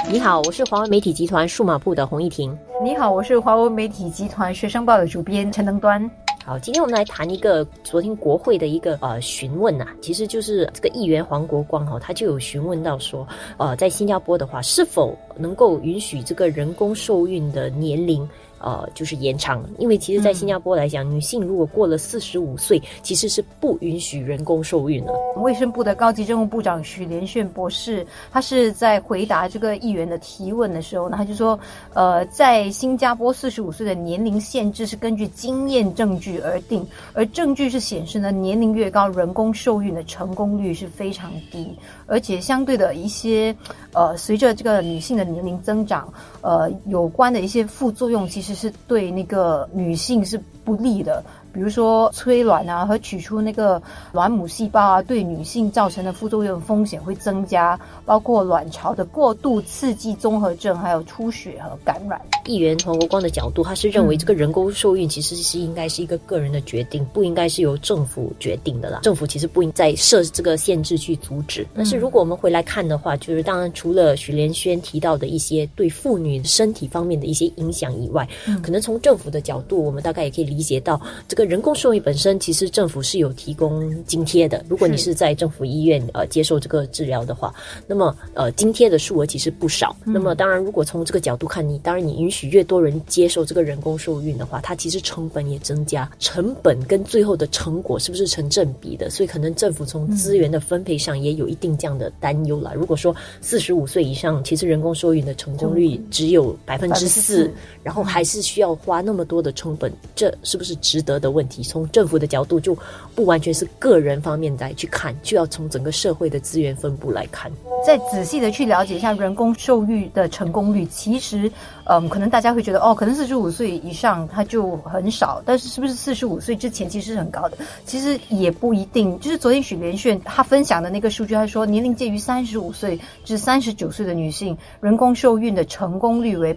你好，我是华为媒体集团数码部的洪一婷。 你好，我是华为媒体集团学生报的主编陈能端。 好，今天我们来谈一个昨天国会的一个询问啊，其实就是这个议员黄国光他就有询问到说，在新加坡的话，是否能够允许这个人工受孕的年龄就是延长，因为其实在新加坡来讲，女性如果过了45岁，其实是不允许人工受孕的。 卫生部的高级政务部长许连炫博士，他是在回答这个议员的提问的时候呢，他就说，在新加坡45岁的年龄限制是根据经验证据而定，而证据是显示呢，年龄越高，人工受孕的成功率是非常低，而且相对的一些随着这个女性的年龄增长，有关的一些副作用其实是对那个女性是不利的，比如说催卵啊和取出那个卵母细胞啊，对女性造成的副作用风险会增加，包括卵巢的过度刺激综合症，还有出血和感染。 议员黄国光的角度，他是认为这个人工受孕其实是应该是一个个人的决定，不应该是由政府决定的啦。政府其实不应再设这个限制去阻止。但是如果我们回来看的话，就是当然除了许连轩提到的一些对妇女身体方面的一些影响以外，可能从政府的角度，我们大概也可以理解到，这个人工受孕本身其实政府是有提供津贴的。如果你是在政府医院接受这个治疗的话，那么津贴的数额其实不少。那么当然如果从这个角度看，当然你允许越多人接受这个人工受孕的话，它其实成本也增加，成本跟最后的成果是不是成正比的，所以可能政府从资源的分配上也有一定这样的担忧啦。如果说45岁以上，其实人工受孕的成功率只有 4%， 然后还是需要花那么多的成本，这是不是值得的问题？从政府的角度就不完全是个人方面来去看，就要从整个社会的资源分布来看， 再仔细的去了解一下人工受孕的成功率。其实可能大家会觉得可能45岁以上它就很少，但是是不是45岁之前其实是很高的？其实也不一定。就是昨天许连炫他分享的那个数据，他说年龄介于35岁至39岁的女性，人工受孕的成功率为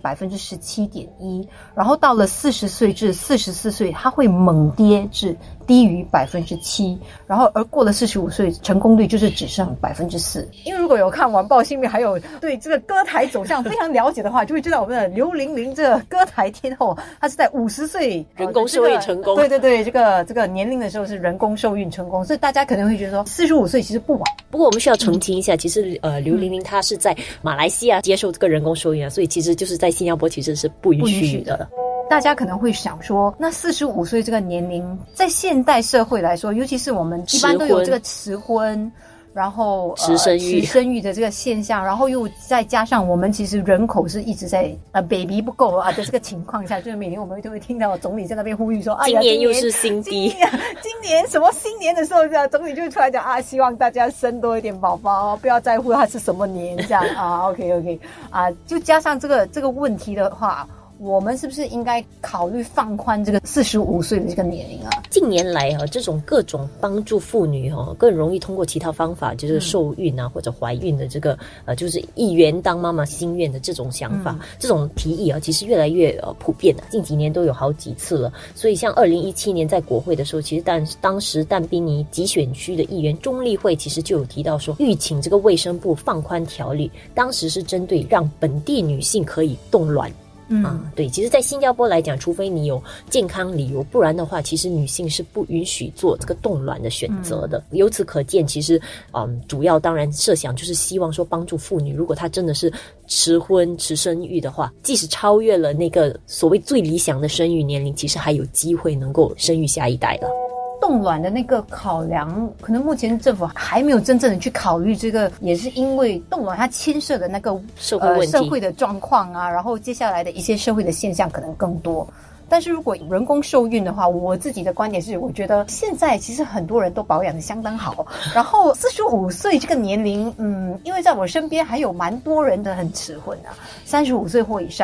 17.1%， 然后到了40岁至44岁，它会猛跌至低于 7%， 然后而过了45岁，成功率就是只剩 4%。 因为如果有看完报新闻，还有对这个歌台走向非常了解的话，就会知道我们的刘玲玲这个歌台天后，她是在50岁人工受孕成功。 对对对，这个年龄的时候是人工受孕成功，所以大家可能会觉得说45岁其实不晚。 不过我们需要澄清一下，其实刘玲玲她是在马来西亚接受这个人工受孕所以其实就是在新加坡其实是不允许的。 大家可能会想说，那45岁这个年龄在现代社会来说，尤其是我们一般都有这个迟婚，然后迟生育的这个现象，然后又再加上我们其实人口是一直在baby 不够的这个情况下，就是每年我们都会听到总理在那边呼吁说， 今年又是新低， 今年什么新年的时候，总理就会出来讲希望大家生多一点宝宝，不要在乎他是什么年这样OK 就加上这个问题的话，我们是不是应该考虑放宽这个45岁的这个年龄啊？ 近年来这种各种帮助妇女更容易通过其他方法，就是受孕或者怀孕的这个就是一元当妈妈心愿的这种想法，这种提议其实越来越普遍了，近几年都有好几次了。所以像2017年在国会的时候，其实当时淡滨尼集选区的议员钟丽慧其实就有提到说，欲请这个卫生部放宽条例，当时是针对让本地女性可以冻卵。对，其实在新加坡来讲，除非你有健康理由，不然的话其实女性是不允许做这个冻卵的选择的。由此可见，其实主要当然设想就是希望说帮助妇女，如果她真的是迟婚迟生育的话，即使超越了那个所谓最理想的生育年龄，其实还有机会能够生育下一代了。 冻卵的那个考量，可能目前政府还没有真正的去考虑这个，也是因为冻卵它牵涉的那个社会问题、 社会的状况然后接下来的一些社会的现象可能更多。但是如果人工受孕的话，我自己的观点是，我觉得现在其实很多人都保养得相当好，然后45岁这个年龄，因为在我身边还有蛮多人的很迟婚35岁或以上，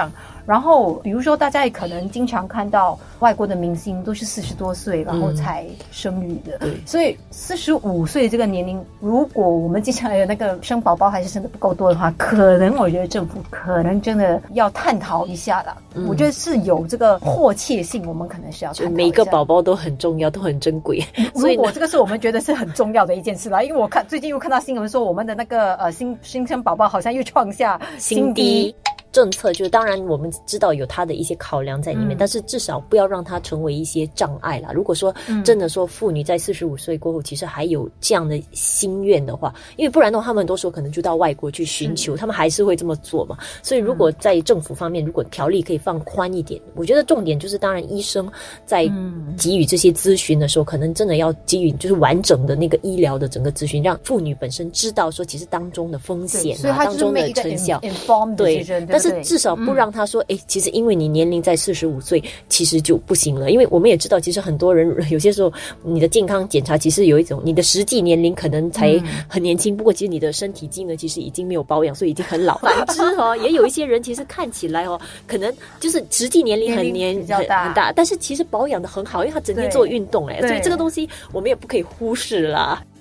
然后比如说大家也可能经常看到外国的明星都是40多岁然后才生育的，所以45岁这个年龄，如果我们经常有那个生宝宝还是生的不够多的话，可能我觉得政府可能真的要探讨一下啦。我觉得是有这个迫切性，我们可能是要探讨一下。 每个宝宝都很重要，都很珍贵。所以如果这个是我们觉得是很重要的一件事啦，因为我最近又看到新闻说我们的那个新生宝宝好像又创下新低。 政策就当然我们知道有它的一些考量在里面，但是至少不要让它成为一些障碍啦。如果说真的说妇女在45岁过后其实还有这样的心愿的话，因为不然的话他们很多时候可能就到外国去寻求，他们还是会这么做嘛。所以如果在政府方面如果条例可以放宽一点，我觉得重点就是当然医生在给予这些咨询的时候可能真的要给予就是完整的那个医疗的整个咨询，让妇女本身知道说其实当中的风险当中的成效， 对， 但是至少不让他说其实因为你年龄在45岁其实就不行了。因为我们也知道其实很多人有些时候你的健康检查其实有一种你的实际年龄可能才很年轻，不过其实你的身体机能其实已经没有保养，所以已经很老。反之也有一些人其实看起来可能就是实际年龄很大，但是其实保养的很好，因为他整天做运动所以这个东西我们也不可以忽视啦。